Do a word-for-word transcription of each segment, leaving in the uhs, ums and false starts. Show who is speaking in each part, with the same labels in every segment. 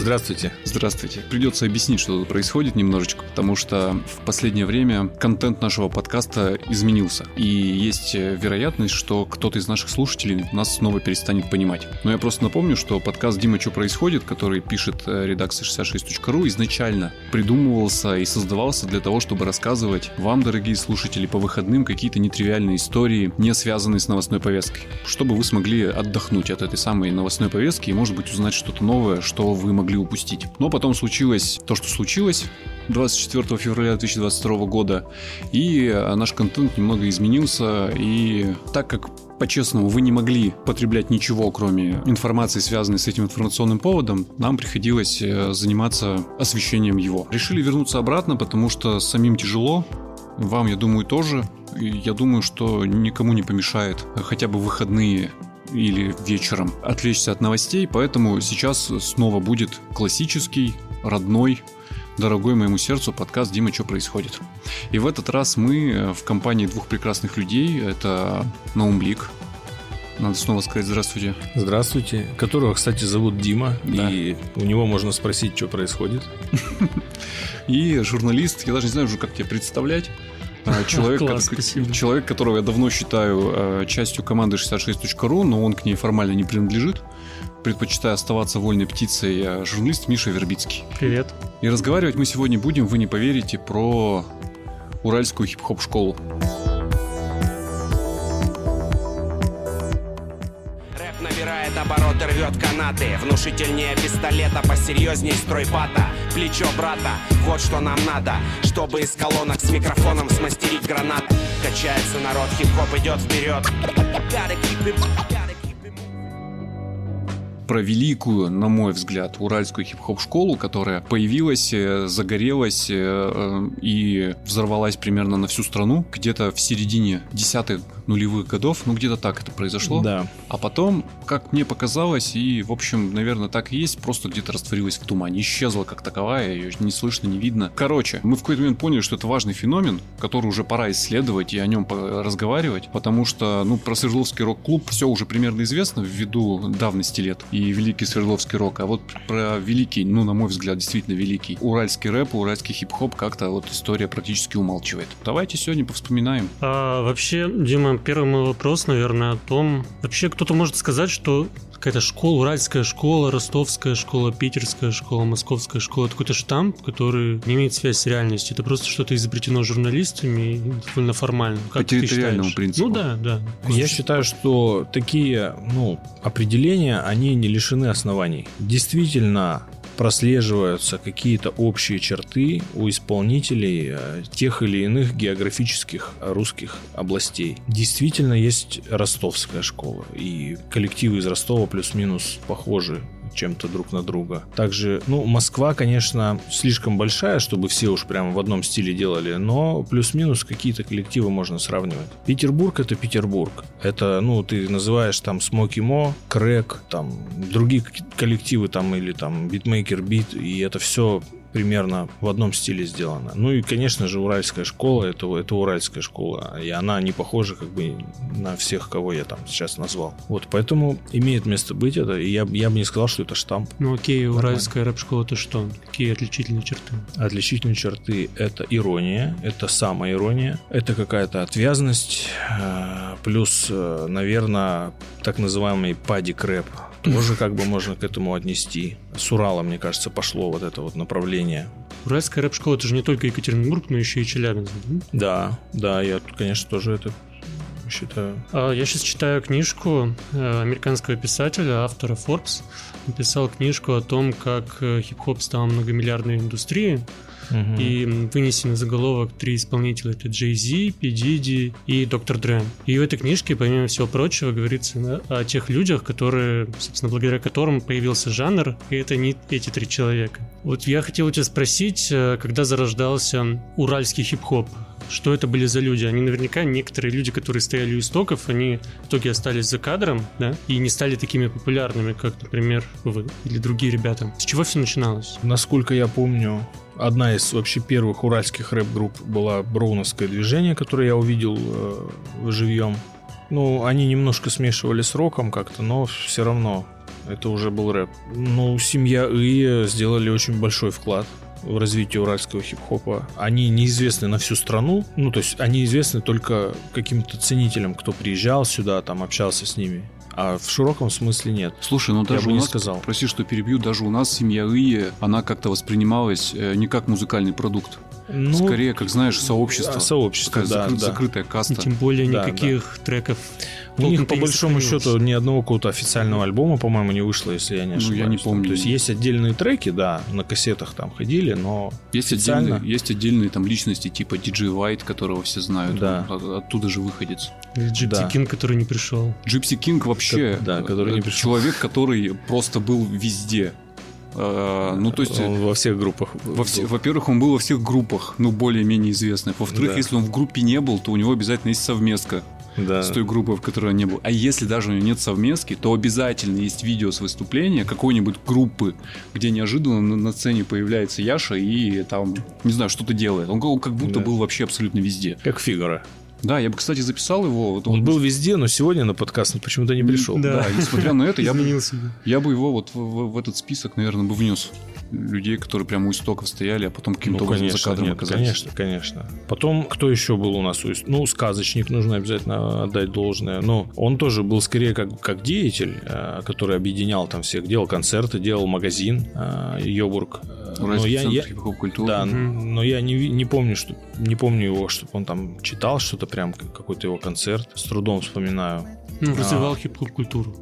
Speaker 1: Здравствуйте.
Speaker 2: Здравствуйте. Придется объяснить, что тут происходит немножечко, потому что в последнее время контент нашего подкаста изменился. И есть вероятность, что кто-то из наших слушателей нас снова перестанет понимать. Но я просто напомню, что подкаст «Дима, что происходит?», который пишет редакция шестьдесят шесть точка ру, изначально придумывался и создавался для того, чтобы рассказывать вам, дорогие слушатели, по выходным какие-то нетривиальные истории, не связанные с новостной повесткой, чтобы вы смогли отдохнуть от этой самой новостной повестки и, может быть, узнать что-то новое, что вы могли упустить. Но потом случилось то, что случилось двадцать четвёртого февраля две тысячи двадцать второго года, и наш контент немного изменился, и так как по-честному вы не могли потреблять ничего, кроме информации, связанной с этим информационным поводом, нам приходилось заниматься освещением его. Решили вернуться обратно, потому что самим тяжело, вам, я думаю, тоже. И я думаю, что никому не помешает хотя бы в выходные или вечером отвлечься от новостей, поэтому сейчас снова будет классический, родной, дорогой моему сердцу подкаст «Дима, что происходит?». И в этот раз мы в компании двух прекрасных людей. Это Наумблик. Надо снова сказать здравствуйте.
Speaker 1: Здравствуйте. Которого, кстати, зовут Дима. Да. И у него можно спросить, что происходит.
Speaker 2: И журналист, я даже не знаю уже, как тебя представлять. Человек,
Speaker 3: Класс,
Speaker 2: как, человек, которого я давно считаю частью команды шестьдесят шесть точка ру, но он к ней формально не принадлежит. Предпочитаю оставаться вольной птицей. Я журналист Миша Вербицкий.
Speaker 3: Привет.
Speaker 2: И разговаривать мы сегодня будем, вы не поверите, про уральскую хип-хоп школу.
Speaker 4: Рэп набирает обороты, рвет канаты. Внушительнее пистолета, посерьезнее стройбата. Плечо брата, вот что нам надо, чтобы из колонок с микрофоном смастерить гранат. Качается народ, хип-хоп идет вперед.
Speaker 2: Про великую, на мой взгляд, уральскую хип-хоп школу, которая появилась, загорелась и взорвалась примерно на всю страну где-то в середине десятых нулевых годов, ну где-то так это произошло.
Speaker 1: Да.
Speaker 2: А потом, как мне показалось, и в общем, наверное, так и есть, просто где-то растворилась в тумане, исчезла как таковая, ее не слышно, не видно. Короче, мы в какой-то момент поняли, что это важный феномен, который уже пора исследовать и о нем разговаривать, потому что, ну, про Свердловский рок-клуб все уже примерно известно ввиду давности лет. И великий Свердловский рок. А вот про великий, ну, на мой взгляд, действительно великий уральский рэп, уральский хип-хоп как-то вот история практически умалчивает. Давайте сегодня повспоминаем.
Speaker 3: А вообще, Дима, первый мой вопрос, наверное, о том... Вообще, кто-то может сказать, что какая-то школа, уральская школа, ростовская школа, питерская школа, московская школа — это какой-то штамп, который не имеет связи с реальностью. Это просто что-то изобретено журналистами довольно формально. Как
Speaker 2: по территориальному принципу.
Speaker 3: Ну да, да.
Speaker 1: Я считаю, что такие, ну, определения, они не лишены оснований. Действительно прослеживаются какие-то общие черты у исполнителей тех или иных географических русских областей. Действительно есть ростовская школа, и коллективы из Ростова плюс-минус похожи чем-то друг на друга. Также, ну, Москва, конечно, слишком большая, чтобы все уж прямо в одном стиле делали, но плюс-минус какие-то коллективы можно сравнивать. Петербург — это Петербург. Это, ну, ты называешь там Смоки Мо, Крэк, там другие коллективы там или там Битмейкер Бит, и это все примерно в одном стиле сделано. Ну и, конечно же, уральская школа, это, это уральская школа, и она не похожа как бы на всех, кого я там сейчас назвал. Вот, поэтому имеет место быть это, и я, я бы не сказал, что это штамп.
Speaker 3: Ну окей, уральская рэп-школа — это что? Какие отличительные черты?
Speaker 1: Отличительные черты — это ирония, это самоирония, это какая-то отвязность, плюс, наверное, так называемый падик-рэп. Тоже как бы можно к этому отнести. С Урала, мне кажется, пошло вот это вот направление.
Speaker 3: Уральская рэп-школа — это же не только Екатеринбург, но еще и Челябинск.
Speaker 1: Да, да, я, конечно, тоже это считаю.
Speaker 3: Я сейчас читаю книжку американского писателя, автора Forbes. Написал книжку о том, как хип-хоп стал многомиллиардной индустрией. Uh-huh. И вынесен заголовок три исполнителя: это Jay-Z, P. Diddy и доктор Dre. И в этой книжке, помимо всего прочего, говорится о тех людях, которые, собственно, благодаря которым появился жанр, и это не эти три человека. Вот я хотел у тебя спросить, когда зарождался уральский хип-хоп, что это были за люди? Они наверняка, некоторые люди, которые стояли у истоков, они в итоге остались за кадром, да, и не стали такими популярными, как, например, вы или другие ребята. С чего все начиналось?
Speaker 1: Насколько я помню, одна из вообще первых уральских рэп-групп была Броуновское движение, которое я увидел э, живьем. Ну, они немножко смешивали с роком как-то, но все равно Это уже был рэп. Ну, семья И сделали очень большой вклад в развитие уральского хип-хопа. Они неизвестны на всю страну. Ну, то есть они известны только каким-то ценителям, кто приезжал сюда, там общался с ними. А в широком смысле нет.
Speaker 2: Слушай, ну даже
Speaker 1: я бы
Speaker 2: у
Speaker 1: не
Speaker 2: нас,
Speaker 1: сказал.
Speaker 2: Прости, что перебью, даже у нас семья И, она как-то воспринималась э, не как музыкальный продукт. Ну, скорее, как знаешь, сообщество.
Speaker 1: Сообщество,
Speaker 2: такая
Speaker 1: да,
Speaker 2: закры-
Speaker 1: да.
Speaker 2: закрытая каста.
Speaker 3: И тем более
Speaker 1: Да,
Speaker 3: никаких да. треков.
Speaker 1: У них, по большому счету, ни одного какого-то официального альбома, по-моему, не вышло, если я не ошибаюсь.
Speaker 2: Ну, я не помню.
Speaker 1: То есть есть отдельные треки, да, на кассетах там ходили, но
Speaker 2: есть
Speaker 1: официально...
Speaker 2: отдельные, есть отдельные там личности, типа диджей White, которого все знают.
Speaker 1: Да.
Speaker 2: Он оттуда же выходец.
Speaker 3: Джипси да. Кинг, который не пришел.
Speaker 2: Джипси Кинг вообще
Speaker 1: да, который не пришел.
Speaker 2: Человек, который просто был везде. Uh, ну, то есть,
Speaker 1: он во всех группах.
Speaker 2: Во все, во-первых, он был во всех группах, ну, более-менее известных. Во-вторых, да. если он в группе не был, то у него обязательно есть совместка да. с той группой, в которой он не был. А если даже у него нет совместки, то обязательно есть видео с выступления какой-нибудь группы, где неожиданно на, на сцене появляется Яша и там, не знаю, что-то делает. Он, он как будто да. был вообще абсолютно везде.
Speaker 1: Как Фигаро.
Speaker 2: Да, я бы, кстати, записал его. Вот
Speaker 1: он, он был везде, но сегодня на подкаст почему-то не пришел.
Speaker 2: Да, да, несмотря на это, я бы, я бы его вот в, в, в этот список, наверное, бы внес. Людей, которые прямо у истоков стояли, а потом каким-то
Speaker 1: ну,
Speaker 2: образом
Speaker 1: конечно,
Speaker 2: за кадром
Speaker 1: нет,
Speaker 2: оказались.
Speaker 1: Конечно, конечно. Потом, кто еще был у нас? Ну, Сказочник, нужно обязательно отдать должное. Но он тоже был скорее как, как деятель, который объединял там всех, делал концерты, делал магазин Йобург.
Speaker 2: Но я, я,
Speaker 1: да, угу. но я не, не помню, что не помню его, чтобы он там читал что-то, прям какой-то его концерт. С трудом вспоминаю.
Speaker 3: Ну, развивал а, хип-хоп культуру.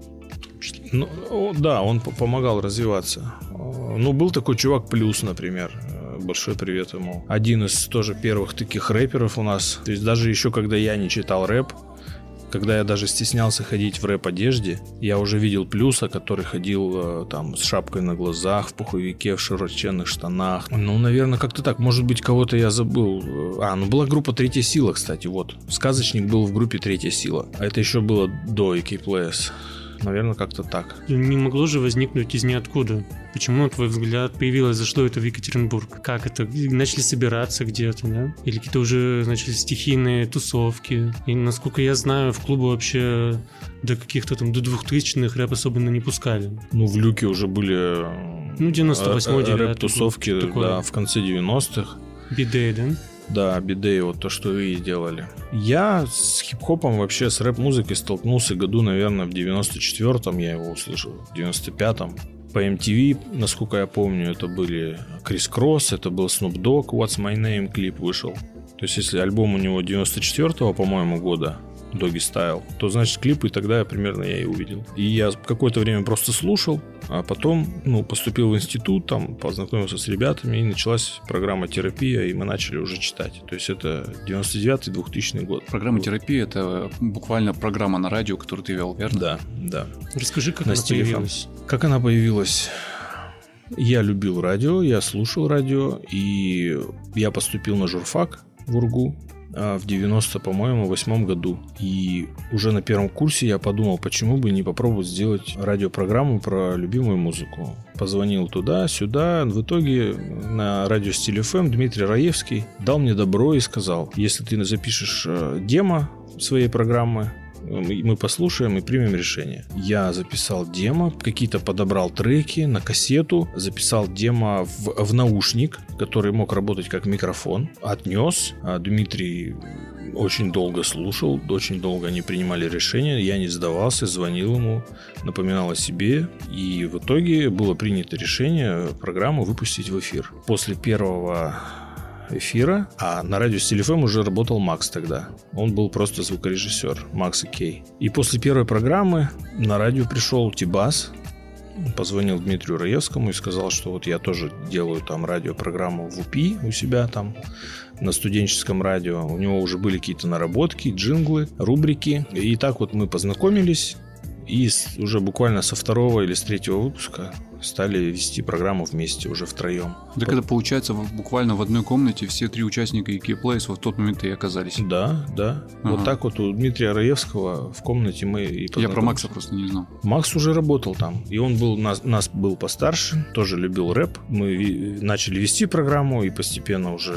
Speaker 1: Ну, да, он помогал развиваться. Ну, был такой чувак Плюс, например. Большой привет ему. Один из тоже первых таких рэперов у нас. То есть даже еще когда я не читал рэп, когда я даже стеснялся ходить в рэп-одежде, я уже видел Плюса, который ходил там с шапкой на глазах, в пуховике, в широченных штанах. Ну, наверное, как-то так. Может быть, кого-то я забыл. А, ну была группа «Третья сила», кстати, вот. Сказочник был в группе «Третья сила». А это еще было до и кей Players. Наверное, как-то так.
Speaker 3: Не могло же возникнуть из ниоткуда. Почему, на твой взгляд, появилось, зашло это в Екатеринбург? Как это? Начали собираться где-то, да? Или какие-то уже начали стихийные тусовки? И, насколько я знаю, в клубы вообще до каких-то там, до двухтысячных рэп особенно не пускали.
Speaker 1: Ну, в Люке уже были...
Speaker 3: Ну, девяносто восьмой, девятый.
Speaker 1: Рэп-тусовки, да, в конце девяностых.
Speaker 3: Бидей, да?
Speaker 1: Да, Бидей, вот то, что вы и делали. Я с хип-хопом, вообще с рэп-музыкой столкнулся году, наверное, в девяносто четвёртом, я его услышал, в девяносто пятом. По эм ти ви, насколько я помню, это были Крис Кросс, это был Snoop Dogg, What's My Name клип вышел. То есть, если альбом у него девяносто четвёртого, по-моему, года, Doggy Style, то, значит, клипы тогда я примерно я и увидел. И я какое-то время просто слушал, а потом, ну, поступил в институт, там, познакомился с ребятами, и началась программа «Терапия», и мы начали уже читать. То есть, это девяносто девятый — двухтысячный год.
Speaker 2: Программа «Терапия» — это буквально программа на радио, которую ты вел, верно?
Speaker 1: Да, да.
Speaker 3: Расскажи, как
Speaker 1: на
Speaker 3: она
Speaker 1: телефон.
Speaker 3: появилась.
Speaker 1: Как она появилась? Я любил радио, я слушал радио, и я поступил на журфак в УрГУ в девяносто, по-моему, восьмом году. И уже на первом курсе я подумал, почему бы не попробовать сделать радиопрограмму про любимую музыку. Позвонил туда-сюда. В итоге на радио Стиль эф эм Дмитрий Раевский дал мне добро и сказал: если ты запишешь демо своей программы, мы послушаем и примем решение. Я записал демо, какие-то подобрал треки на кассету, записал демо в, в наушник, который мог работать как микрофон, отнес. А Дмитрий очень долго слушал, очень долго они принимали решение, я не сдавался, звонил ему, напоминал о себе, и в итоге было принято решение программу выпустить в эфир. После первого эфира, а на радио Стиль эф эм уже работал Макс тогда. Он был просто звукорежиссер, Макс и Кей. И после первой программы на радио пришел Тибас, позвонил Дмитрию Раевскому и сказал, что вот я тоже делаю там радиопрограмму в УПИ у себя там на студенческом радио. У него уже были какие-то наработки, джинглы, рубрики. И так вот мы познакомились. И уже буквально со второго или с третьего выпуска стали вести программу вместе уже втроем.
Speaker 2: Так это получается буквально в одной комнате все три участника и кей Players в тот момент и оказались.
Speaker 1: Да, да. Ага. Вот так вот у Дмитрия Раевского в комнате мы и познакомились.
Speaker 2: Я про Макса просто не знал.
Speaker 1: Макс уже работал там. И он был нас, нас был постарше, тоже любил рэп. Мы ви- начали вести программу и постепенно уже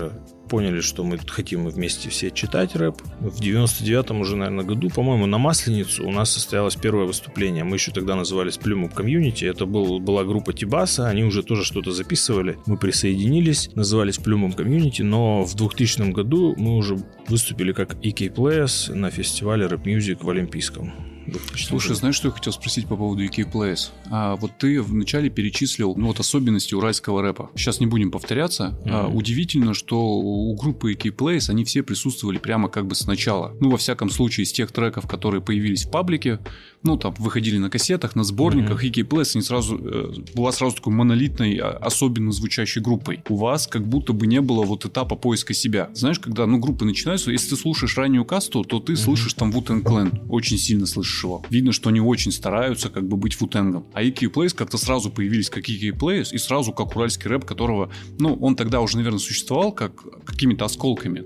Speaker 1: поняли, что мы хотим вместе все читать рэп. В девяносто девятом уже, наверное, году, по-моему, на Масленицу у нас состоялось первое выступление. Мы еще тогда назывались Plum Up Community. Это был, была группа Тибаса, они уже тоже что-то записывали. Мы присоединились, назывались Plum Up Community, но в двухтысячном году мы уже выступили как и кей Players на фестивале Rap Music в Олимпийском.
Speaker 2: Слушай, знаешь, что я хотел спросить по поводу и кей Players? А вот ты вначале перечислил, ну вот, особенности уральского рэпа. Сейчас не будем повторяться. Mm-hmm. А, удивительно, что у группы и кей Players они все присутствовали прямо как бы сначала. Ну, во всяком случае, из тех треков, которые появились в паблике, ну, там, выходили на кассетах, на сборниках, mm-hmm. и кей Players, они сразу, э, была сразу такой монолитной, особенно звучащей группой. У вас как будто бы не было вот этапа поиска себя. Знаешь, когда, ну, группы начинаются, если ты слушаешь раннюю касту, то ты mm-hmm. слышишь там Wu-Tang Clan, очень сильно слышишь его. Видно, что они очень стараются как бы быть Wu-Tang'ом. А и кей Players как-то сразу появились как и кей Players и сразу как уральский рэп, которого, ну, он тогда уже, наверное, существовал как какими-то осколками.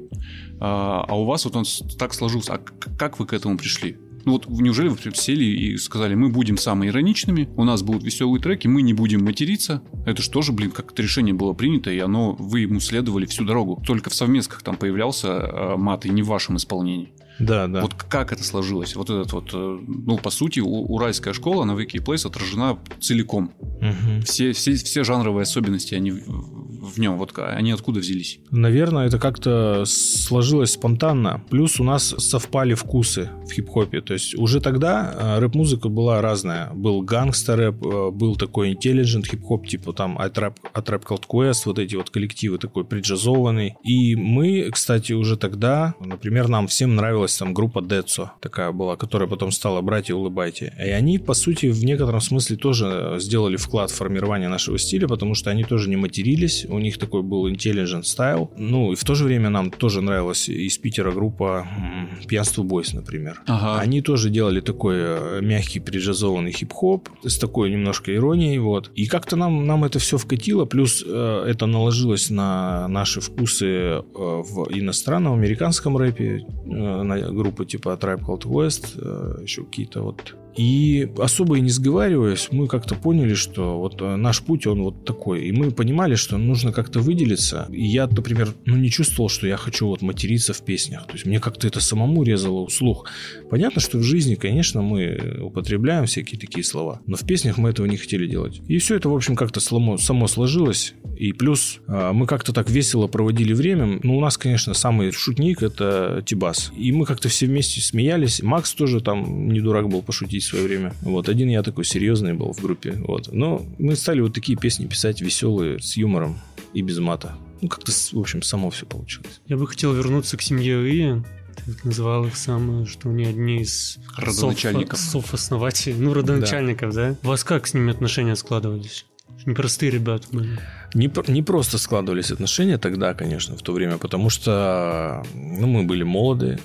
Speaker 2: А, а у вас вот он так сложился. А как вы к этому пришли? Ну вот неужели вы сели и сказали, мы будем самыми ироничными, у нас будут веселые треки, мы не будем материться? Это же тоже, блин, как-то решение было принято, и оно, вы ему следовали всю дорогу. Только в совместках там появлялся э, мат, и не в вашем исполнении.
Speaker 1: Да, да.
Speaker 2: Вот как это сложилось? Вот этот вот, ну, по сути, уральская школа, она в и кей Players отражена целиком. Угу. Все, все, все жанровые особенности, они в, в нем, вот они откуда взялись?
Speaker 1: Наверное, это как-то сложилось спонтанно. Плюс у нас совпали вкусы в хип-хопе. То есть уже тогда рэп-музыка была разная. Был гангстер-рэп, был такой intelligent хип-хоп, типа там A Tribe Called Quest, вот эти вот коллективы такой преджазованный. И мы, кстати, уже тогда, например, нам всем нравилось там группа Децо такая была, которая потом стала «Братья, улыбайте». И они, по сути, в некотором смысле тоже сделали вклад в формирование нашего стиля, потому что они тоже не матерились, у них такой был intelligent style. Ну, и в то же время нам тоже нравилась из Питера группа Пьянство Бойс, например. Ага. Они тоже делали такой мягкий, преджазованный хип-хоп с такой немножко иронией, вот. И как-то нам, нам это все вкатило, плюс э, это наложилось на наши вкусы э, в иностранном, американском рэпе, э, на группы типа A Tribe Called Quest, еще какие-то вот. И особо и не сговариваясь, мы как-то поняли, что вот наш путь, он вот такой. И мы понимали, что нужно как-то выделиться. И я, например, ну, не чувствовал, что я хочу вот материться в песнях. То есть мне как-то это самому резало слух. Понятно, что в жизни, конечно, мы употребляем всякие такие слова, но в песнях мы этого не хотели делать. И все это, в общем, как-то само, само сложилось. И плюс мы как-то так весело проводили время. Ну, у нас, конечно, самый шутник — это Тибас. И мы как-то все вместе смеялись. Макс тоже там не дурак был пошутить в свое время. Вот. Один я такой серьезный был в группе. Вот. Но мы стали вот такие песни писать веселые, с юмором и без мата. Ну, как-то, в общем, само все получилось.
Speaker 3: Я бы хотел вернуться к семье Ии. Ты называл их сам, что они одни из
Speaker 2: родоначальников.
Speaker 3: Соф-основателей. Ну, родоначальников, да. да? У вас как с ними отношения складывались? Непростые ребята были.
Speaker 1: Не, не просто складывались отношения тогда, конечно, в то время, потому что ну, мы были молоды,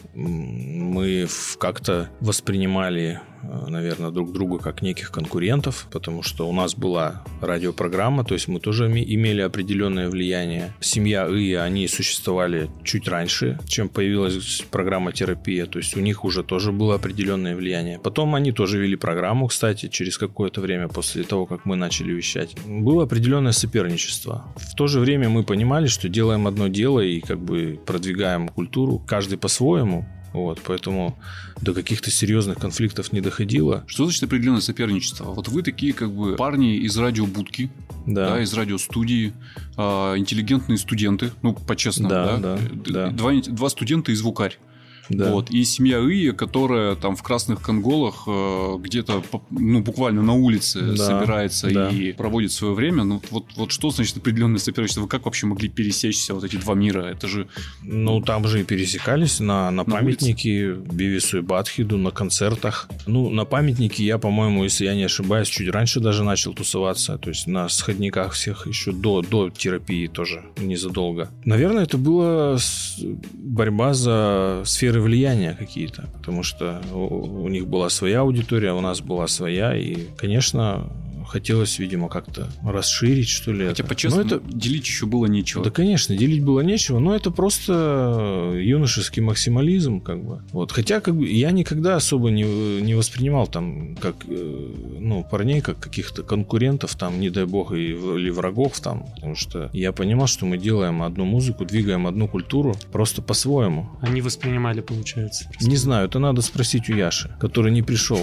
Speaker 1: мы как-то воспринимали, наверное, друг друга как неких конкурентов, потому что у нас была радиопрограмма, то есть мы тоже имели определенное влияние. Семья И, они существовали чуть раньше, чем появилась программа «Терапия», то есть у них уже тоже было определенное влияние. Потом они тоже вели программу, кстати, через какое-то время после того, как мы начали вещать. Было определенное соперничество. В то же время мы понимали, что делаем одно дело и как бы продвигаем культуру, каждый по-своему. Вот, поэтому до каких-то серьезных конфликтов не доходило.
Speaker 2: Что значит определенное соперничество? Вот вы такие как бы парни из радиобудки, да. Да, из радиостудии, э, интеллигентные студенты, ну, по-честному, да, да?
Speaker 1: Да,
Speaker 2: два,
Speaker 1: да.
Speaker 2: два студента и звукарь.
Speaker 1: Да.
Speaker 2: Вот. И семья И, которая там в красных конголах э, где-то, ну, буквально на улице да. собирается да. и проводит свое время. Ну, вот, вот что значит определенное соперничество? Вы как вообще могли пересечься, вот эти два мира? Это же...
Speaker 1: Ну, там же и пересекались на, на, на памятнике улице? Бивису и Батхеду, на концертах. Ну, на памятнике я, по-моему, если я не ошибаюсь, чуть раньше даже начал тусоваться. То есть на сходниках всех еще до, до терапии тоже, незадолго. Наверное, это была борьба за сферу влияния какие-то, потому что у, у них была своя аудитория, у нас была своя, и, конечно, хотелось, видимо, как-то расширить, что ли.
Speaker 2: Хотя, по-честному, это... делить еще было нечего.
Speaker 1: Да, конечно, делить было нечего, но это просто юношеский максимализм, как бы. Вот. Хотя, как бы, я никогда особо не, не воспринимал там, как э, ну, парней, как каких-то конкурентов, там, не дай бог, или врагов там, потому что я понимал, что мы делаем одну музыку, двигаем одну культуру, просто по-своему.
Speaker 3: Они воспринимали, получается.
Speaker 1: Не знаю, это надо спросить у Яши, который не пришел.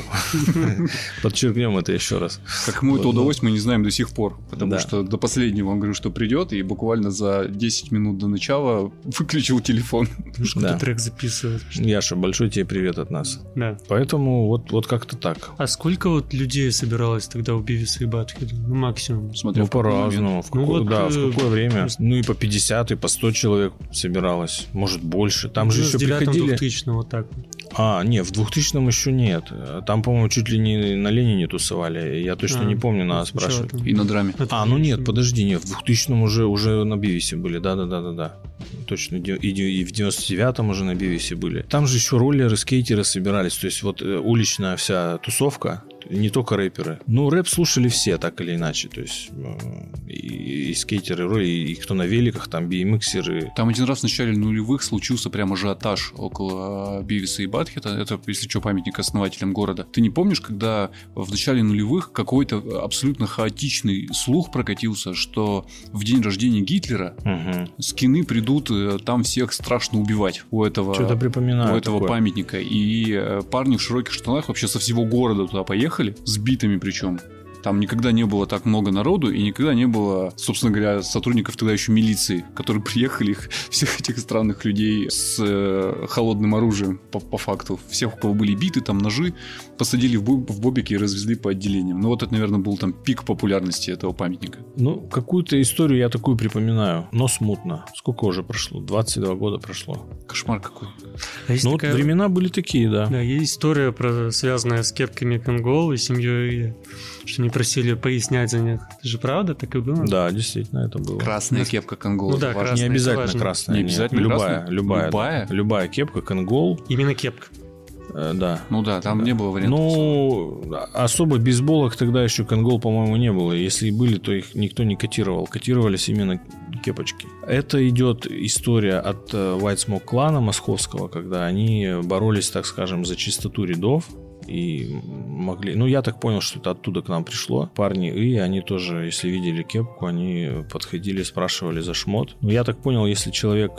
Speaker 1: Подчеркнем это еще раз.
Speaker 2: Как ему это удалось, мы не знаем до сих пор, потому что до последнего он говорил, что придет, и буквально за десять минут до начала выключил телефон.
Speaker 3: Что-то трек записывает.
Speaker 1: Яша, большой тебе привет от нас.
Speaker 3: Да.
Speaker 1: Поэтому вот, вот как-то так.
Speaker 3: А сколько вот людей собиралось тогда у Бивиса и Батхеда? Ну, максимум.
Speaker 1: Смотря ну, по-разному. В какое, ну, вот, да, в какое время. Ну, и по пятьдесят, и по сто человек собиралось. Может, больше. Там ну, же еще приходили...
Speaker 3: двухтысячном вот так.
Speaker 1: А, не, в двухтысячном еще нет. Там, по-моему, чуть ли не на Ленине тусовали. Я точно а, не помню, надо спрашивать.
Speaker 2: И на драме.
Speaker 1: А, ну нет, подожди, нет, в двухтысячном уже, уже на Бивисе были. Да-да-да-да-да. Точно. И в девяносто девятом уже на Бивисе были. Там же еще роллеры, скейтеры собирались. То есть вот уличная вся тусовка, не только рэперы. Ну, рэп слушали все, так или иначе. То есть и, и скейтеры, и, и кто на великах, там би эм иксеры.
Speaker 2: Там один раз в начале нулевых случился прям ажиотаж около Бивиса и Батхеда. Это, если что, памятник основателям города. Ты не помнишь, когда в начале нулевых какой-то абсолютно хаотичный слух прокатился, что в день рождения Гитлера угу. скины придут там всех страшно убивать у этого,
Speaker 1: что-то припоминаю
Speaker 2: у этого такое. Памятника. И парни в широких штанах вообще со всего города туда поехали. С битами причем. Там никогда не было так много народу, и никогда не было, собственно говоря, сотрудников тогда еще милиции, которые приехали, их, всех этих странных людей с э, холодным оружием, по, по факту. Всех, у кого были биты, там ножи, посадили в, боб, в бобики и развезли по отделениям. Ну, вот это, наверное, был там пик популярности этого памятника.
Speaker 1: Ну, какую-то историю я такую припоминаю, но смутно. Сколько уже прошло? двадцать два года прошло.
Speaker 2: Кошмар какой.
Speaker 3: А
Speaker 1: ну,
Speaker 3: такая...
Speaker 1: вот времена были такие, да.
Speaker 3: Да, есть история, про, связанная с кепками Конгол и семьей, что не просили пояснять за них. Это же правда так и было?
Speaker 1: Да, действительно, это было.
Speaker 2: Красная кепка Конгол.
Speaker 3: Ну да, красная,
Speaker 1: не обязательно красная.
Speaker 2: Не обязательно
Speaker 1: любая,
Speaker 2: красная?
Speaker 1: Любая,
Speaker 2: любая?
Speaker 1: Да. Любая кепка Конгол.
Speaker 3: Именно кепка.
Speaker 1: Э, да.
Speaker 2: Ну да, там да. не было вариантов.
Speaker 1: Ну, особо бейсболок тогда еще Конгол, по-моему, не было. Если и были, то их никто не котировал. Котировались именно кепочки. Это идет история от White Smoke клана московского, когда они боролись, так скажем, за чистоту рядов. И могли... Ну, я так понял, что это оттуда к нам пришло. Парни, и они тоже, если видели кепку, они подходили, спрашивали за шмот. Но я так понял, если человек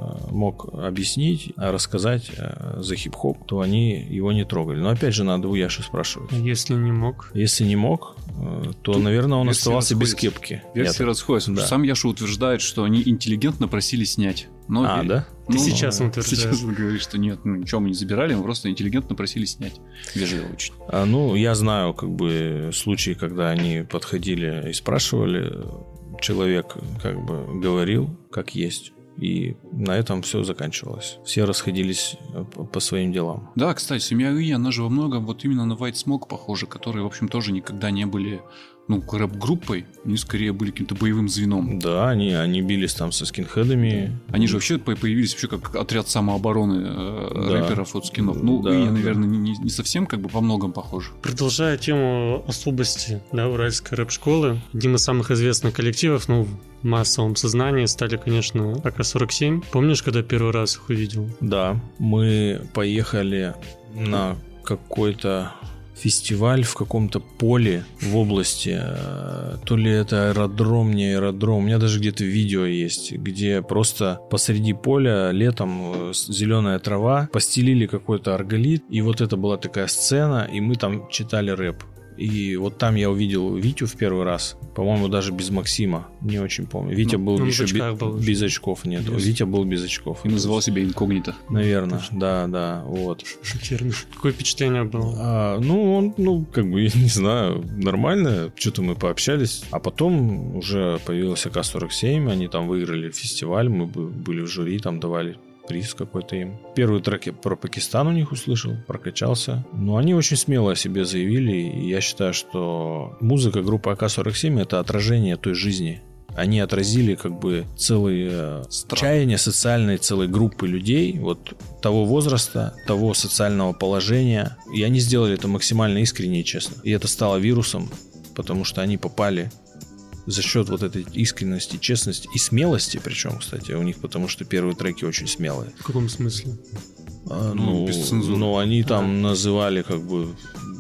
Speaker 1: мог объяснить, рассказать за хип-хоп, то они его не трогали. Но опять же, надо у Яши спрашивать.
Speaker 3: Если не мог?
Speaker 1: Если не мог, то, тут наверное, он оставался без кепки.
Speaker 2: Версии расходятся. Да. Сам Яша утверждает, что они интеллигентно просили снять. Но
Speaker 1: а,
Speaker 2: и...
Speaker 1: да?
Speaker 3: Ты
Speaker 2: ну,
Speaker 3: сейчас он утверждаешь.
Speaker 2: Сейчас он говорит, что нет, ну, ничего мы не забирали, мы просто интеллигентно просили снять. Вежливо очень.
Speaker 1: А, ну, я знаю, как бы, случаи, когда они подходили и спрашивали, человек, как бы, говорил, как есть. И на этом все заканчивалось. Все расходились по, по своим делам.
Speaker 2: Да, кстати, семья И, она же во многом вот именно на White Smoke похожа, которые, в общем, тоже никогда не были, ну, рэп-группой, они скорее были каким-то боевым звеном.
Speaker 1: Да, они, они бились там со скинхедами.
Speaker 2: Они же вообще появились вообще как отряд самообороны э,
Speaker 1: да.
Speaker 2: рэперов от скинов. Ну, да, И, наверное, да. не, не совсем как бы по многом похожи.
Speaker 3: Продолжая тему особости, да, уральской рэп-школы, одним из самых известных коллективов, ну, в массовом сознании стали, конечно, А К сорок семь. Помнишь, когда первый раз их увидел?
Speaker 1: Да, мы поехали на какой-то фестиваль в каком-то поле в области, то ли это аэродром, не аэродром, у меня даже где-то видео есть, где просто посреди поля летом зеленая трава, постелили какой-то арголит, и вот это была такая сцена, и мы там читали рэп. И вот там я увидел Витю в первый раз. По-моему, даже без Максима. Не очень помню. Витя ну, был еще без, был без очков. Нет, yes. Витя был без очков.
Speaker 2: И называл себя инкогнито.
Speaker 1: Наверное, Точно. да, да. Вот.
Speaker 3: Шикарно. Какое впечатление было?
Speaker 1: А, ну, он, ну, как бы, я не знаю, нормально. Что-то мы пообщались. А потом уже появился А К сорок семь. Они там выиграли фестиваль. Мы были в жюри, там давали приз какой-то им. Первый трек про Пакистан у них услышал, прокачался. Но они очень смело о себе заявили, и я считаю, что музыка группы А К сорок семь — это отражение той жизни. Они отразили как бы целые чаяния социальной целой группы людей, вот того возраста, того социального положения. И они сделали это максимально искренне и честно. И это стало вирусом, потому что они попали за счет вот этой искренности, честности и смелости, причем, кстати, у них, потому что первые треки очень смелые.
Speaker 3: В каком смысле?
Speaker 1: А, ну, ну, ну, они там да. называли как бы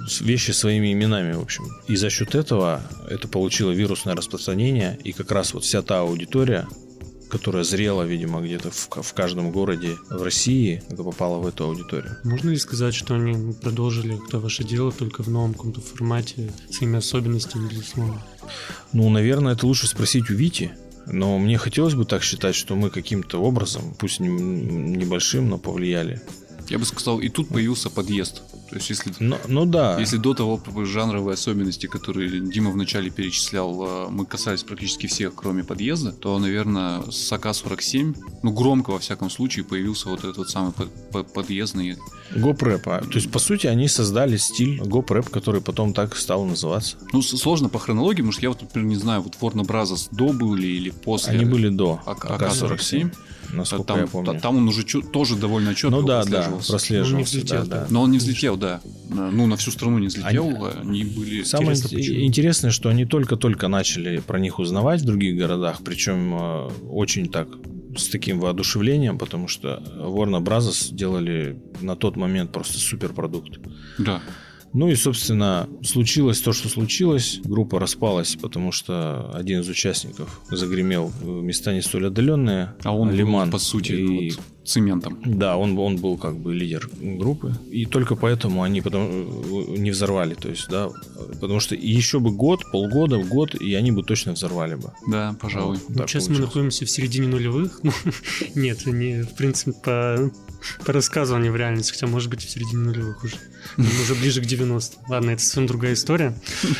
Speaker 1: вещи своими именами, в общем. И за счет этого это получило вирусное распространение, и как раз вот вся та аудитория, которая зрела, видимо, где-то в, в каждом городе в России, это попала в эту аудиторию.
Speaker 3: Можно ли сказать, что они продолжили это ваше дело только в новом каком-то формате, своими особенностями, безусловно?
Speaker 1: Ну, наверное, это лучше спросить у Вити. Но мне хотелось бы так считать, что мы каким-то образом, пусть небольшим, но повлияли.
Speaker 2: Я бы сказал, и тут появился подъезд. То есть, если,
Speaker 1: ну, ну да.
Speaker 2: Если до того жанровые особенности, которые Дима вначале перечислял, мы касались практически всех, кроме подъезда, то, наверное, с а ка сорок семь, ну, громко, во всяком случае, появился вот этот вот самый подъездный...
Speaker 1: Гоп-рэп. То есть, по сути, они создали стиль гоп-рэп, который потом так стал называться.
Speaker 2: Ну, сложно по хронологии, потому что я вот, например, не знаю, вот Warner Brothers до были или после...
Speaker 1: Они были до
Speaker 2: а ка сорок семь.
Speaker 1: Насколько
Speaker 2: там,
Speaker 1: я помню.
Speaker 2: Там он уже чё, тоже довольно четко
Speaker 1: ну, да,
Speaker 2: прослеживался.
Speaker 1: Да, прослеживался.
Speaker 3: Он не взлетел,
Speaker 1: да, да.
Speaker 2: Но он не взлетел, да. Ну, на всю страну не взлетел. Они, они были...
Speaker 1: Самое интересно, интересное, что они только-только начали про них узнавать в других городах, причем э, очень так, с таким воодушевлением, потому что Warner Brothers делали на тот момент просто суперпродукт.
Speaker 2: Да.
Speaker 1: Ну и, собственно, случилось то, что случилось. Группа распалась, потому что один из участников загремел в места не столь отдаленные.
Speaker 2: А он
Speaker 1: Лиман,
Speaker 2: был, по сути,
Speaker 1: и...
Speaker 2: вот цементом.
Speaker 1: Да, он, он был как бы лидер группы. И только поэтому они потом не взорвали. То есть, да, потому что еще бы год, полгода, год, и они бы точно взорвали бы.
Speaker 2: Да, пожалуй.
Speaker 3: Вот, сейчас получилось. Мы находимся в середине нулевых. Нет, не, в принципе, по, по рассказу они в реальности, хотя, может быть, в середине нулевых уже. Мы уже ближе к девяностым. Ладно, это совсем другая история.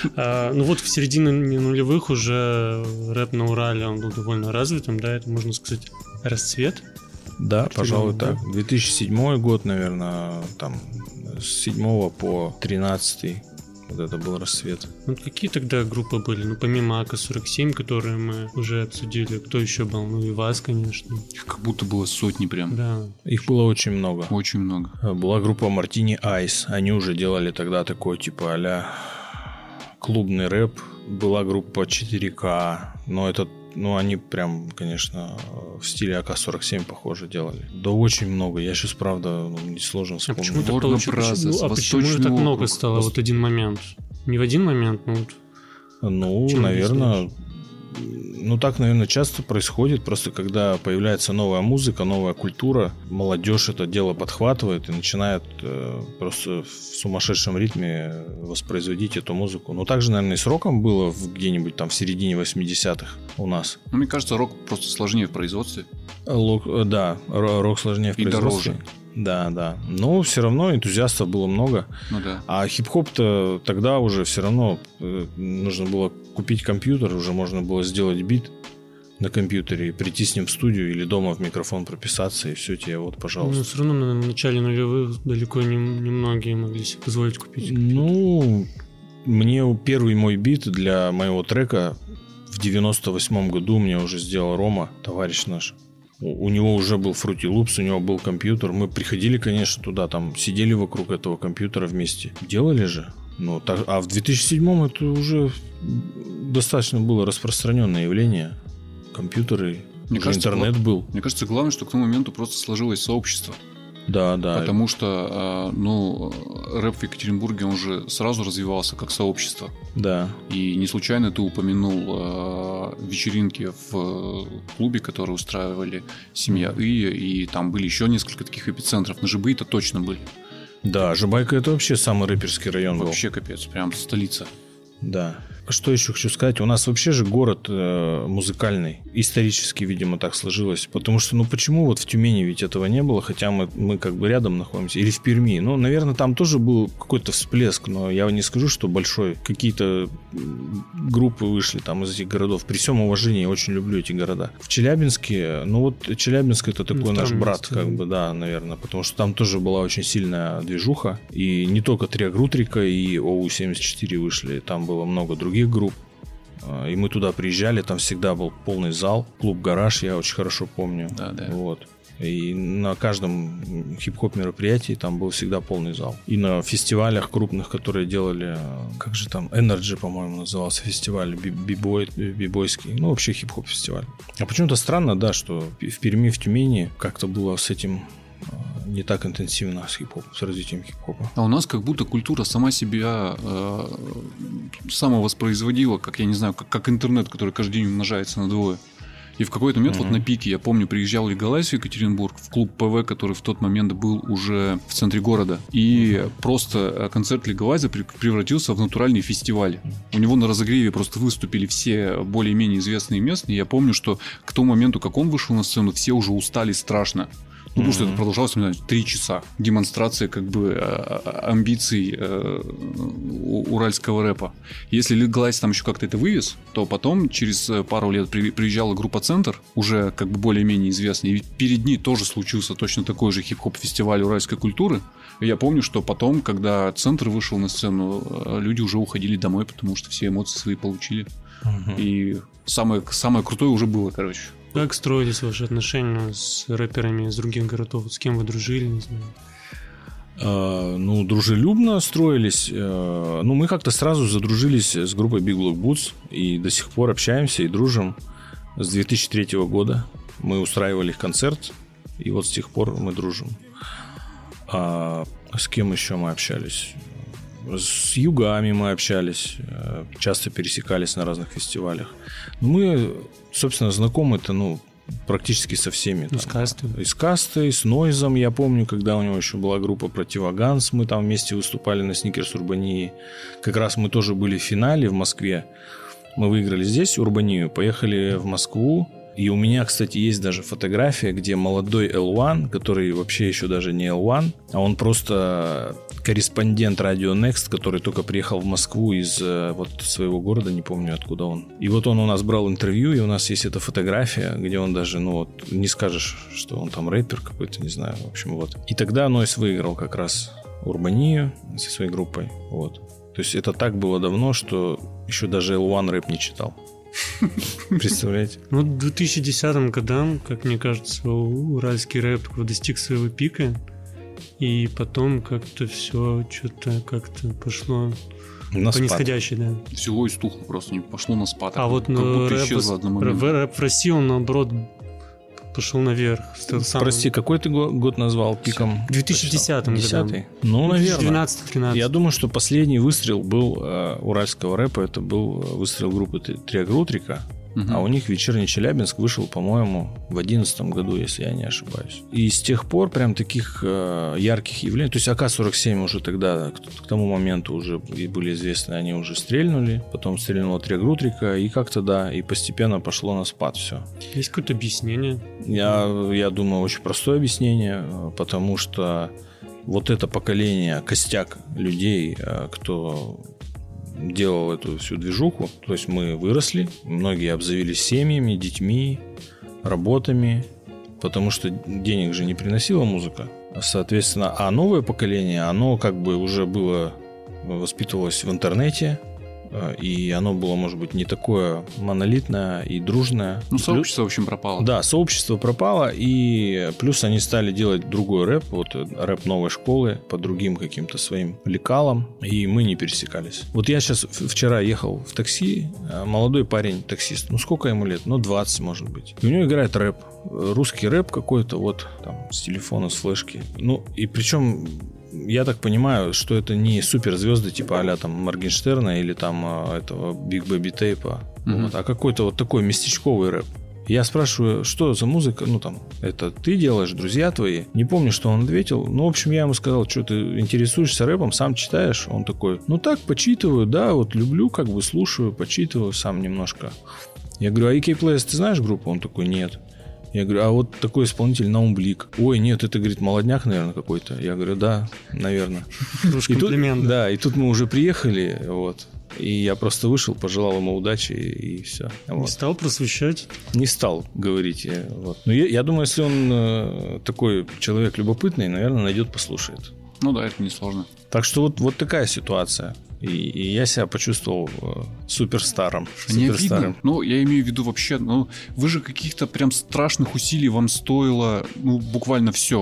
Speaker 3: А, ну вот в середине нулевых уже рэп на Урале, он был довольно развитым, да, это, можно сказать, расцвет.
Speaker 1: Да, пожалуй, так. две тысячи седьмой год, наверное, там с седьмого по тринадцатый вот это был рассвет.
Speaker 3: Ну, какие тогда группы были? Ну, помимо а ка сорок семь, которые мы уже обсудили, кто еще был? Ну, и вас, конечно.
Speaker 2: Их как будто было сотни прям.
Speaker 3: Да.
Speaker 1: Их было очень много.
Speaker 2: Очень много.
Speaker 1: Была группа Martini Ice. Они уже делали тогда такой, типа, а-ля клубный рэп. Была группа четыре ка, но это ну, они прям, конечно, в стиле а ка сорок семь похоже делали. Да очень много. Я сейчас, правда, не сложно вспомнить.
Speaker 3: А почему так получилось? Ну, а почему же так много стало Вос... вот один момент? Не в один момент, но вот...
Speaker 1: Ну, наверное... Ну, так, наверное, часто происходит. Просто когда появляется новая музыка, новая культура, молодежь это дело подхватывает и начинает э, просто в сумасшедшем ритме воспроизводить эту музыку. Но также, наверное, и с роком было в, где-нибудь там в середине восьмидесятых у нас.
Speaker 2: Ну, мне кажется, рок просто сложнее в производстве.
Speaker 1: Лок, да, рок сложнее в
Speaker 2: и
Speaker 1: производстве.
Speaker 2: Дороже.
Speaker 1: Да, да. Но все равно энтузиастов было много.
Speaker 2: Ну да.
Speaker 1: А хип-хоп-то тогда уже все равно нужно было купить компьютер, уже можно было сделать бит на компьютере, прийти с ним в студию или дома в микрофон прописаться, и все тебе вот, пожалуйста.
Speaker 3: Ну, все равно на начале нулевых далеко не, не многие могли себе позволить купить компьютер.
Speaker 1: Ну, мне первый мой бит для моего трека в девяносто восьмом году мне уже сделал Рома, товарищ наш. У него уже был Fruity Loops, у него был компьютер. Мы приходили, конечно, туда, там сидели вокруг этого компьютера вместе. Делали же. Ну, так, а в две тысячи седьмом это уже достаточно было распространенное явление. Компьютеры,
Speaker 2: мне кажется,
Speaker 1: интернет
Speaker 2: гла...
Speaker 1: был.
Speaker 2: Мне кажется, главное, что к тому моменту просто сложилось сообщество.
Speaker 1: Да, да.
Speaker 2: Потому что, ну, рэп в Екатеринбурге, он же сразу развивался как сообщество.
Speaker 1: Да.
Speaker 2: И не случайно ты упомянул вечеринки в клубе, которые устраивали семья Ия, и там были еще несколько таких эпицентров. На Жибы-то точно были.
Speaker 1: Да, Жабайка это вообще самый рэперский район был.
Speaker 2: Вообще капец, прям столица.
Speaker 1: Да. Что еще хочу сказать? У нас вообще же город э, музыкальный. Исторически, видимо, так сложилось. Потому что, ну почему вот в Тюмени ведь этого не было, хотя мы, мы как бы рядом находимся. Или в Перми. Ну, наверное, там тоже был какой-то всплеск, но я не скажу, что большой. Какие-то группы вышли там из этих городов. При всем уважении, я очень люблю эти города. В Челябинске, ну вот Челябинск это такой ну, наш брат, месте, как да. бы, да, наверное. Потому что там тоже была очень сильная движуха. И не только Триагрутрика и О У семьдесят четыре вышли. Там было много других групп. И мы туда приезжали, там всегда был полный зал. Клуб «Гараж», я очень хорошо помню.
Speaker 2: Да, да.
Speaker 1: Вот. И на каждом хип-хоп мероприятии там был всегда полный зал. И на фестивалях крупных, которые делали, как же там, Energy, по-моему, назывался фестиваль, бибой, бибойский, ну вообще хип-хоп фестиваль. А почему-то странно, да, что в Перми, в Тюмени как-то было с этим не так интенсивно с хип-хопом, с развитием хип-хопа.
Speaker 2: А у нас как будто культура сама себя э, самовоспроизводила, как, я не знаю, как, как интернет, который каждый день умножается на двое. И в какой-то момент, mm-hmm. вот на пике, я помню, приезжал Лигалайз в Екатеринбург, в клуб ПВ, который в тот момент был уже в центре города. И mm-hmm. просто концерт Лигалайза превратился в натуральный фестиваль. Mm-hmm. У него на разогреве просто выступили все более-менее известные местные. Я помню, что к тому моменту, как он вышел на сцену, все уже устали страшно. Ну, потому mm-hmm. что это продолжалось, не знаю, три часа. Демонстрация, как бы, амбиций э, уральского рэпа. Если Лигалайз там еще как-то это вывез, то потом, через пару лет, при, приезжала группа «Центр», уже как бы более-менее известная, и перед ней тоже случился точно такой же хип-хоп-фестиваль уральской культуры. И я помню, что потом, когда «Центр» вышел на сцену, люди уже уходили домой, потому что все эмоции свои получили. Mm-hmm. И самое, самое крутое уже было, короче.
Speaker 3: Как строились ваши отношения с рэперами из других городов? С кем вы дружили, не знаю?
Speaker 1: А, ну, дружелюбно строились. А, ну, мы как-то сразу задружились с группой Big Block Boots и до сих пор общаемся и дружим с две тысячи третьего года. Мы устраивали их концерт, и вот с тех пор мы дружим. А с кем еще мы общались? С югами мы общались, часто пересекались на разных фестивалях. Мы, собственно, знакомы-то, ну, практически со всеми.
Speaker 3: Там, с кастой.
Speaker 1: И с кастой, с Нойзом, я помню, когда у него еще была группа Противоганс, мы там вместе выступали на Сникерс Урбании. Как раз мы тоже были в финале в Москве. Мы выиграли здесь Урбанию, поехали в Москву. И у меня, кстати, есть даже фотография, где молодой эл один, который вообще еще даже не эл один, а он просто корреспондент радио Next, который только приехал в Москву из вот своего города, не помню откуда он. И вот он у нас брал интервью, и у нас есть эта фотография, где он даже, ну вот, не скажешь, что он там рэпер какой-то, не знаю, в общем, вот. И тогда Нойз выиграл как раз Урбанию со своей группой, вот. То есть это так было давно, что еще даже эл один рэп не читал. Представляете?
Speaker 3: Ну, к две тысячи десятым годам, как мне кажется, уральский рэп достиг своего пика, и потом как-то все что-то как-то пошло на по спад. Нисходящей, да.
Speaker 2: Всего истухло просто, не пошло на спад.
Speaker 3: А вот
Speaker 2: как
Speaker 3: ну,
Speaker 2: будто
Speaker 3: рэп,
Speaker 2: исчезло одномоментно.
Speaker 3: Рэп, рэп в России, он наоборот пошел наверх.
Speaker 1: Прости, самым... какой ты год назвал пиком?
Speaker 3: В две тысячи десятом году.
Speaker 1: Ну, наверное.
Speaker 3: двенадцатый-тринадцатый.
Speaker 1: Я думаю, что последний выстрел был э, уральского рэпа. Это был выстрел группы Триагрутрика. Угу. А у них «Вечерний Челябинск» вышел, по-моему, в одиннадцатом году, если я не ошибаюсь. И с тех пор прям таких э, ярких явлений... То есть а ка сорок семь уже тогда, к, к тому моменту уже были известны, они уже стрельнули. Потом стрельнула Триагрутрика. И как-то, да, и постепенно пошло на спад все.
Speaker 3: Есть какое-то объяснение?
Speaker 1: Я, я думаю, очень простое объяснение. Потому что вот это поколение, костяк людей, кто... делал эту всю движуху. То есть мы выросли, многие обзавелись семьями, детьми, работами, потому что денег же не приносила музыка. Соответственно, а новое поколение, оно как бы уже было, воспитывалось в интернете, и оно было, может быть, не такое монолитное и дружное.
Speaker 2: Ну, сообщество, в общем, пропало.
Speaker 1: Да, сообщество пропало, и плюс они стали делать другой рэп, вот рэп новой школы, по другим каким-то своим лекалам, и мы не пересекались. Вот я сейчас вчера ехал в такси, молодой парень, таксист, ну, сколько ему лет? Ну, двадцать, может быть. И у него играет рэп, русский рэп какой-то, вот, там, с телефона, с флешки. Ну, и причем... Я так понимаю, что это не суперзвезды типа а-ля там Моргенштерна или там этого Big Baby Tape, mm-hmm. вот, а какой-то вот такой местечковый рэп. Я спрашиваю, что за музыка, ну там, это ты делаешь, друзья твои? Не помню, что он ответил. Ну, в общем, я ему сказал, что ты интересуешься рэпом, сам читаешь? Он такой, ну так, почитываю, да, вот люблю, как бы слушаю, почитываю сам немножко. Я говорю, а и кей Players ты знаешь группу? Он такой, нет. Я говорю, а вот такой исполнитель Наумблик. Ой, нет, это, говорит, молодняк, наверное, какой-то. Я говорю, да, наверное.
Speaker 3: И тут,
Speaker 1: да, и тут мы уже приехали, вот. И я просто вышел, пожелал ему удачи, и, и все. Вот.
Speaker 3: Не стал просвещать?
Speaker 1: Не стал говорить. Вот. Но я, я думаю, если он э, такой человек любопытный, наверное, найдет, послушает.
Speaker 2: Ну да, это несложно.
Speaker 1: Так что вот, вот такая ситуация. И, и я себя почувствовал э, суперстаром.
Speaker 2: Не обидно. Ну, я имею в виду вообще, ну, вы же каких-то прям страшных усилий вам стоило, ну, буквально все.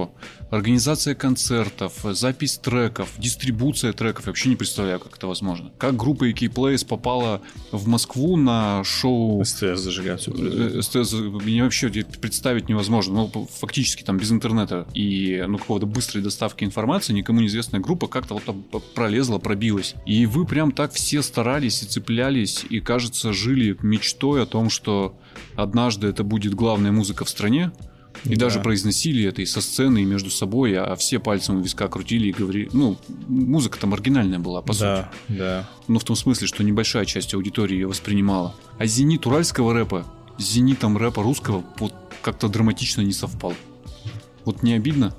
Speaker 2: организация концертов, запись треков, дистрибуция треков. Я вообще не представляю, как это возможно. Как группа и кей Plays попала в Москву на шоу...
Speaker 1: СТС зажигаться.
Speaker 2: СТС мне вообще представить невозможно. Ну, фактически там без интернета и ну, какого-то быстрой доставки информации никому неизвестная группа как-то вот там пролезла, пробилась. И вы прям так все старались и цеплялись, и, кажется, жили мечтой о том, что однажды это будет главная музыка в стране. И да. даже произносили это и со сцены, и между собой, а все пальцем у виска крутили и говорили... Ну, музыка там оригинальная была, по
Speaker 1: да,
Speaker 2: сути.
Speaker 1: Да,
Speaker 2: Ну, в том смысле, что небольшая часть аудитории ее воспринимала. А зенит уральского рэпа с зенитом рэпа русского вот как-то драматично не совпал. Вот не обидно?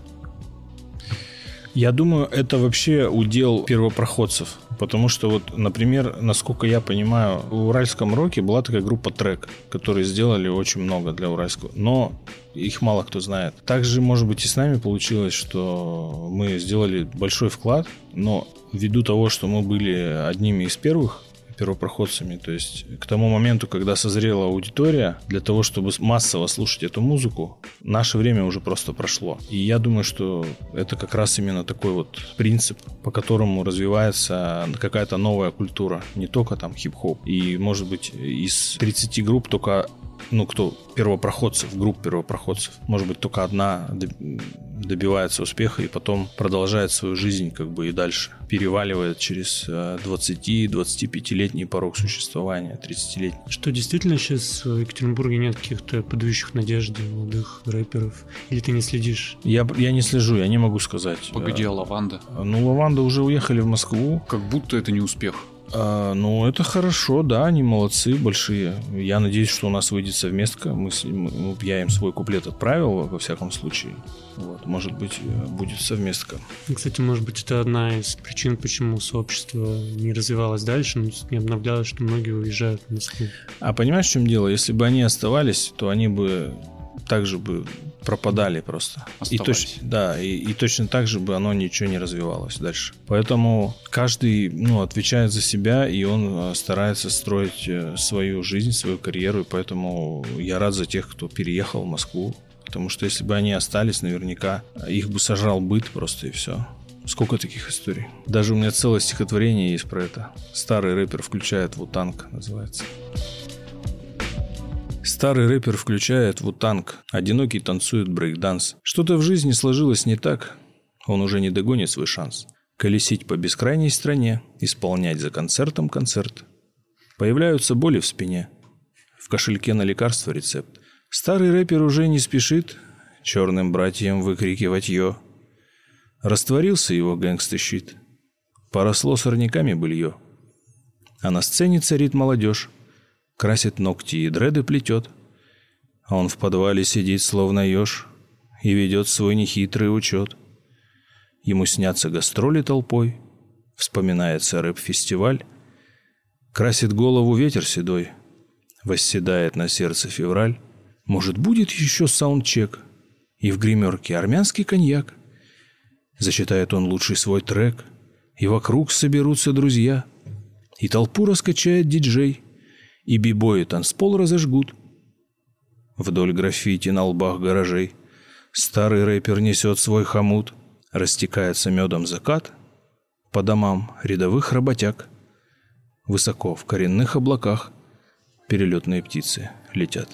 Speaker 1: Я думаю, это вообще удел первопроходцев. Потому что вот, например, насколько я понимаю, в уральском роке была такая группа Трек, которые сделали очень много для уральского. Но их мало кто знает. Также, может быть, и с нами получилось, что мы сделали большой вклад, но ввиду того, что мы были одними из первых первопроходцами, то есть к тому моменту, когда созрела аудитория, для того, чтобы массово слушать эту музыку, наше время уже просто прошло. И я думаю, что это как раз именно такой вот принцип, по которому развивается какая-то новая культура, не только там хип-хоп. И, может быть, из тридцати групп только, ну, кто первопроходцев, групп первопроходцев, может быть, только одна добивается успеха и потом продолжает свою жизнь как бы и дальше. Переваливает через двадцати-двадцатипятилетний порог существования, тридцатилетний.
Speaker 3: Что, действительно сейчас в Екатеринбурге нет каких-то подающих надежды молодых рэперов? Или ты не следишь?
Speaker 1: Я, я не слежу, я не могу сказать.
Speaker 2: Погоди, а Лаванда?
Speaker 1: Ну, Лаванда уже уехали в Москву.
Speaker 2: Как будто это не успех.
Speaker 1: А, ну, это хорошо, да, они молодцы, большие. Я надеюсь, что у нас выйдет совместка. Мы, мы, я им свой куплет отправил, во всяком случае. Вот, может быть, будет совместка.
Speaker 3: И, кстати, может быть, это одна из причин, почему сообщество не развивалось дальше, но не обновлялось, что многие уезжают в Москву.
Speaker 1: А понимаешь, в чем дело? Если бы они оставались, то они бы также бы пропадали просто. И, точ, да, и, и точно так же бы оно ничего не развивалось дальше. Поэтому каждый, ну, отвечает за себя, и он старается строить свою жизнь, свою карьеру. И поэтому я рад за тех, кто переехал в Москву. Потому что если бы они остались, наверняка их бы сожрал быт просто, и все. Сколько таких историй. Даже у меня целое стихотворение есть про это. Старый рэпер включает Ву-Танг, называется. Старый рэпер включает Ву-Танг, одинокий танцует брейк-данс. Что-то в жизни сложилось не так, он уже не догонит свой шанс. Колесить по бескрайней стране, исполнять за концертом концерт. Появляются боли в спине, в кошельке на лекарство рецепт. Старый рэпер уже не спешит черным братьям выкрикивать «Йо». Растворился его гэнгста-щит, поросло сорняками былье. А на сцене царит молодежь, красит ногти и дреды плетет. А он в подвале сидит, словно еж, и ведет свой нехитрый учет. Ему снятся гастроли толпой, вспоминается рэп-фестиваль. Красит голову ветер седой, восседает на сердце февраль. Может, будет еще саундчек, и в гримерке армянский коньяк. Зачитает он лучший свой трек, и вокруг соберутся друзья, и толпу раскачает диджей, и бибои танцпол разожгут. Вдоль граффити на лбах гаражей старый рэпер несет свой хомут. Растекается медом закат по домам рядовых работяг. Высоко в коренных облаках перелетные птицы летят.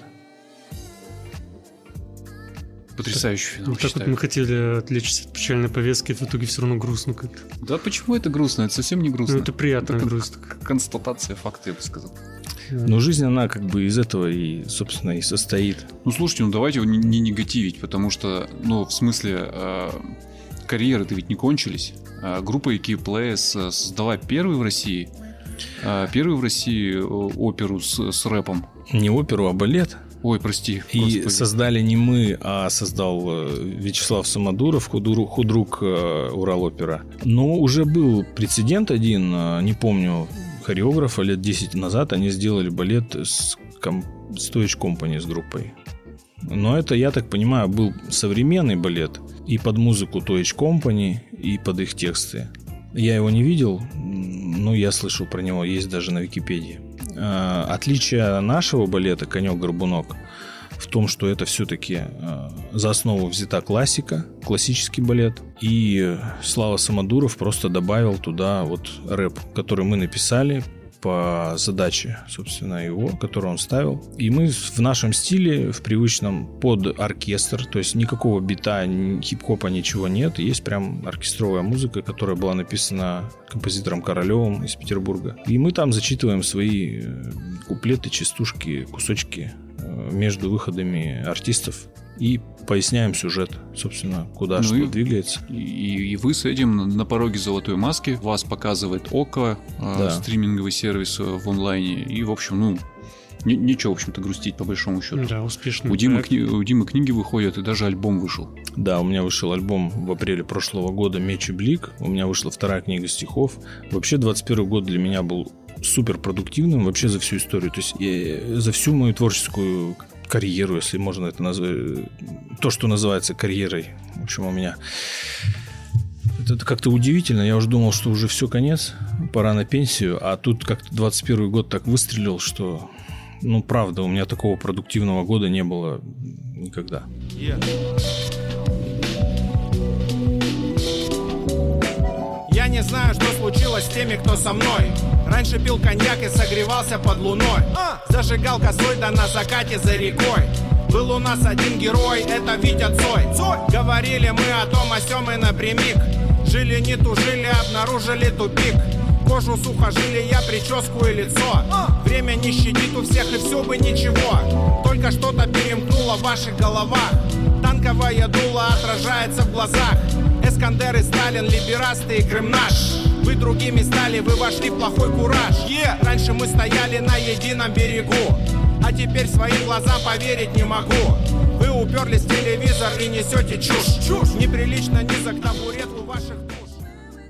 Speaker 2: Потрясающий финал,
Speaker 3: вот так
Speaker 2: считаю.
Speaker 3: Вот мы хотели отвлечься от печальной повестки, в итоге все равно грустно как-то.
Speaker 2: Да почему это грустно? Это совсем не грустно.
Speaker 3: Ну, это приятно
Speaker 2: это
Speaker 3: грустно.
Speaker 2: Констатация факта, я бы сказал.
Speaker 1: Но жизнь, она как бы из этого и, собственно, и состоит.
Speaker 2: Ну, слушайте, ну давайте его не, не негативить, потому что, ну, в смысле, э, карьеры-то ведь не кончились. Э, группа и кей Plays создала первый в России, э, первый в России оперу с, с рэпом.
Speaker 1: Не оперу, а балет.
Speaker 2: Ой, прости.
Speaker 1: И
Speaker 2: Господи.
Speaker 1: Создали не мы, а создал Вячеслав Самодуров, худрук, худрук Уралопера. Но уже был прецедент один, не помню, хореографа лет десять назад, они сделали балет с, ком, с Toyage Company, с группой. Но это, я так понимаю, был современный балет. И под музыку Toyage Company, и под их тексты. Я его не видел, но я слышал про него, есть даже на Википедии. Отличие нашего балета «Конек-горбунок» в том, что это все-таки э, за основу взята классика, классический балет. И Слава Самодуров просто добавил туда вот рэп, который мы написали по задаче, собственно, его, которую он ставил. И мы в нашем стиле, в привычном, под оркестр, то есть никакого бита, хип-хопа, ничего нет. Есть прям оркестровая музыка, которая была написана композитором Королевым из Петербурга. И мы там зачитываем свои куплеты, частушки, кусочки между выходами артистов и поясняем сюжет, собственно, куда ну что и, двигается.
Speaker 2: И, и вы с этим на, на пороге золотой маски. Вас показывает ОКО, да. э, стриминговый сервис в онлайне. И, в общем, ну, не, нечего, в общем-то, грустить, по большому счету.
Speaker 3: Да, успешный
Speaker 2: у Димы, кни, у Димы книги выходят, и даже альбом вышел.
Speaker 1: Да, у меня вышел альбом в апреле прошлого года «Меч и блик». У меня вышла вторая книга стихов. Вообще, двадцать первый год для меня был супер продуктивным вообще за всю историю. То есть я, за всю мою творческую карьеру, если можно это назвать, то, что называется карьерой. В общем, у меня это как-то удивительно. Я уже думал, что уже все, конец, пора на пенсию, а тут как-то двадцать первый год так выстрелил, что, ну, правда, у меня такого продуктивного года не было никогда. Yeah.
Speaker 5: Я не знаю, что случилось с теми, кто со мной. Раньше пил коньяк и согревался под луной. Зажигал косой, да на закате за рекой. Был у нас один герой, это Витя Цой. Цой. Говорили мы о том, о сём и напрямик. Жили не тужили, обнаружили тупик. Кожу сухожилия, прическу и лицо. Время не щадит у всех и все бы ничего. Только что-то перемкнуло в ваших головах. Танковая дула отражается в глазах. Эскандер и Сталин, либерасты и Крым наш. Вы другими стали, вы вошли в плохой кураж. Yeah. Раньше мы стояли на едином берегу, а теперь своим глазам поверить не могу. Вы уперлись в телевизор и несете чушь. Чушь. Неприлично низок табурет у ваших душ.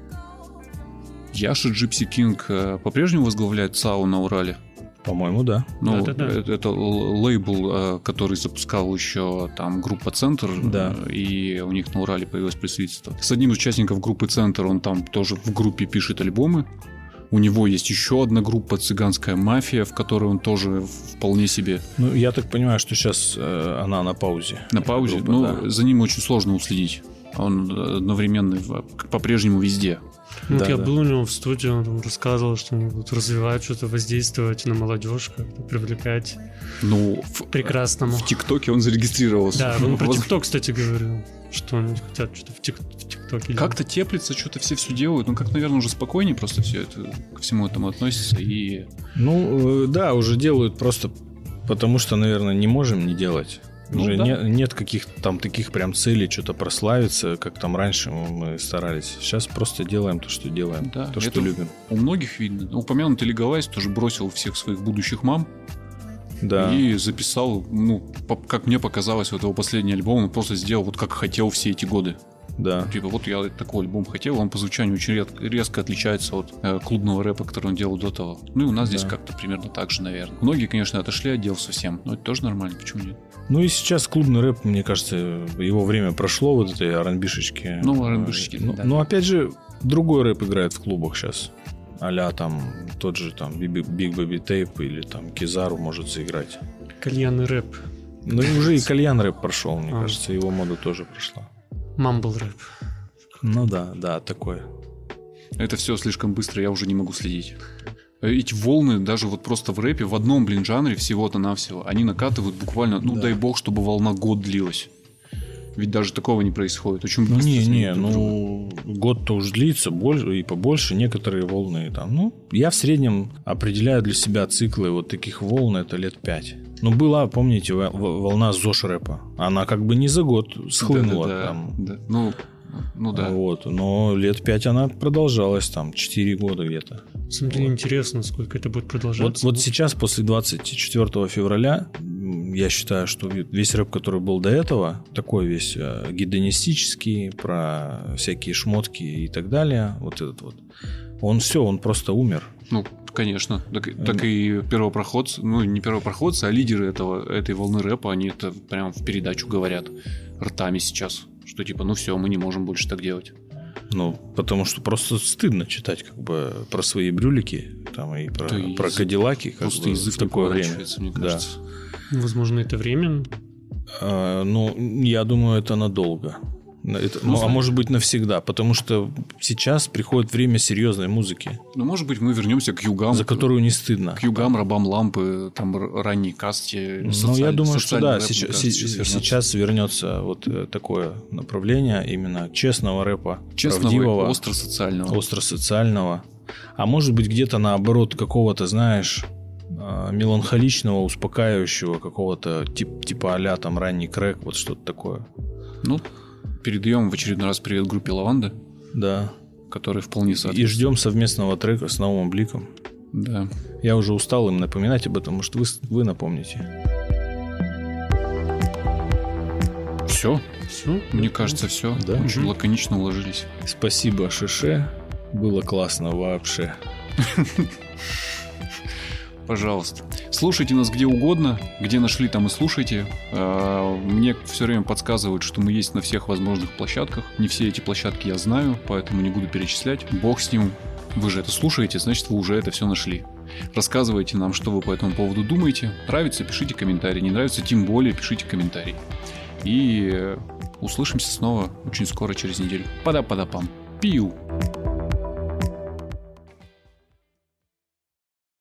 Speaker 2: Яша Gypsy King по-прежнему возглавляет ЦАУ на Урале?
Speaker 1: По-моему, да.
Speaker 2: Ну, да, да, да. Это, это лейбл, который запускал еще там группа «Центр»,
Speaker 1: да.
Speaker 2: И у них на Урале появилось представительство. С одним из участников группы «Центр» он там тоже в группе пишет альбомы. У него есть еще одна группа «Цыганская мафия», в которой он тоже вполне себе...
Speaker 1: Ну, я так понимаю, что сейчас э, она на паузе.
Speaker 2: На паузе? Группа, ну, да. За ним очень сложно уследить. Он одновременно по-прежнему везде.
Speaker 3: Вот
Speaker 1: да,
Speaker 3: я
Speaker 1: да.
Speaker 3: был у него в студии, он там рассказывал, что они будут развивать, что-то воздействовать на молодежь, как-то привлекать
Speaker 2: ну,
Speaker 3: к прекрасному.
Speaker 2: В ТикТоке он зарегистрировался.
Speaker 3: Да, он про ТикТок, кстати, говорил, что они хотят что-то в ТикТоке.
Speaker 2: Как-то теплится, что-то все все делают. Ну, как, наверное, уже спокойнее просто все это ко всему этому относится. И...
Speaker 1: Ну, да, уже делают просто потому, что, наверное, не можем не делать.
Speaker 2: Ну,
Speaker 1: уже
Speaker 2: да.
Speaker 1: не, нет каких-то там таких прям целей что-то прославиться, как там раньше мы старались. Сейчас просто делаем то, что делаем,
Speaker 2: да,
Speaker 1: то, что любим.
Speaker 2: У многих видно. Упомянутый Лигалайз тоже бросил всех своих будущих мам.
Speaker 1: Да.
Speaker 2: И записал, ну, как мне показалось, вот его последний альбом он просто сделал вот как хотел все эти годы.
Speaker 1: Да.
Speaker 2: Типа, вот я такой альбом хотел, он по звучанию очень резко, резко отличается от э, клубного рэпа, который он делал до того. Ну и у нас да. здесь как-то примерно так же, наверное. Многие, конечно, отошли от дел совсем, но это тоже нормально, почему нет?
Speaker 1: Ну и сейчас клубный рэп, мне кажется, его время прошло, вот этой ар энд би-шечки.
Speaker 2: Ну, ар энд би-шечки,
Speaker 1: ну,
Speaker 2: да.
Speaker 1: Но опять же, другой рэп играет в клубах сейчас. А-ля там тот же там Big Baby Tape или там Кизару может заиграть.
Speaker 3: Кальянный рэп.
Speaker 1: Ну и уже и кальян рэп прошел, мне а. кажется, его мода тоже прошла.
Speaker 3: Мамбл рэп.
Speaker 1: Ну да, да, такое.
Speaker 2: Это все слишком быстро, я уже не могу следить. Эти волны даже вот просто в рэпе, в одном, блин, жанре всего-то навсего, они накатывают буквально, ну да. дай бог, чтобы волна год длилась. Ведь даже такого не происходит. Очень
Speaker 1: ну не, не, ну год-то уж длится больше и побольше, некоторые волны там. Ну, я в среднем определяю для себя циклы вот таких волн, это лет пять. Ну, была, помните, волна ЗОЖ-рэпа. Она как бы не за год схлынула.
Speaker 2: Да, да,
Speaker 1: там.
Speaker 2: Да. Ну, ну да.
Speaker 1: Вот, но лет пять она продолжалась, там, четыре года где-то.
Speaker 3: На самом деле вот. Интересно, сколько это будет продолжаться.
Speaker 1: Вот, вот сейчас, после двадцать четвёртого февраля, я считаю, что весь рэп, который был до этого, такой весь гедонистический, про всякие шмотки и так далее, вот этот вот, он все, он просто умер.
Speaker 2: Ну, конечно. Так, так и первопроходцы, ну, не первопроходцы, а лидеры этого, этой волны рэпа, они это прям в передачу говорят ртами сейчас. Что типа, ну все, мы не можем больше так делать.
Speaker 1: Ну, потому что просто стыдно читать как бы про свои брюлики там, и про,
Speaker 2: да
Speaker 1: про кадиллаки как
Speaker 2: просто
Speaker 1: бы,
Speaker 2: язык
Speaker 1: в такое время.
Speaker 2: Мне кажется.
Speaker 1: Да.
Speaker 3: Возможно, это временно.
Speaker 1: А, ну, я думаю, это надолго. Это, ну, а может быть навсегда, потому что сейчас приходит время серьезной музыки.
Speaker 2: Ну, может быть, мы вернемся к югам.
Speaker 1: За которую не стыдно.
Speaker 2: К югам, рабам лампы, там ранней касте.
Speaker 1: Ну,
Speaker 2: социаль...
Speaker 1: я думаю, что да,
Speaker 2: рэп,
Speaker 1: сейчас,
Speaker 2: кажется,
Speaker 1: сейчас, сейчас вернется вот такое направление именно честного рэпа,
Speaker 2: честного,
Speaker 1: правдивого,
Speaker 2: остросоциального.
Speaker 1: остросоциального. А может быть, где-то наоборот какого-то, знаешь, меланхоличного, успокаивающего какого-то тип, типа а-ля там ранний крэк, вот что-то такое.
Speaker 2: Ну, передаем в очередной раз привет группе «Лаванда».
Speaker 1: Да.
Speaker 2: Которая вполне соответствует.
Speaker 1: И ждем совместного трека с Новым Бликом.
Speaker 2: Да.
Speaker 1: Я уже устал им напоминать об этом, может, вы, вы напомните.
Speaker 2: Все?
Speaker 3: Все?
Speaker 2: Мне кажется, все.
Speaker 1: Да.
Speaker 2: Очень угу. лаконично уложились.
Speaker 1: Спасибо, Шише. Было классно вообще.
Speaker 2: Пожалуйста. Слушайте нас где угодно. Где нашли, там и слушайте. Мне все время подсказывают, что мы есть на всех возможных площадках. Не все эти площадки я знаю, поэтому не буду перечислять. Бог с ним. Вы же это слушаете, значит, вы уже это все нашли. Рассказывайте нам, что вы по этому поводу думаете. Нравится, пишите комментарии. Не нравится, тем более пишите комментарии. И услышимся снова очень скоро, через неделю. Пада-пада-пам. Пиу.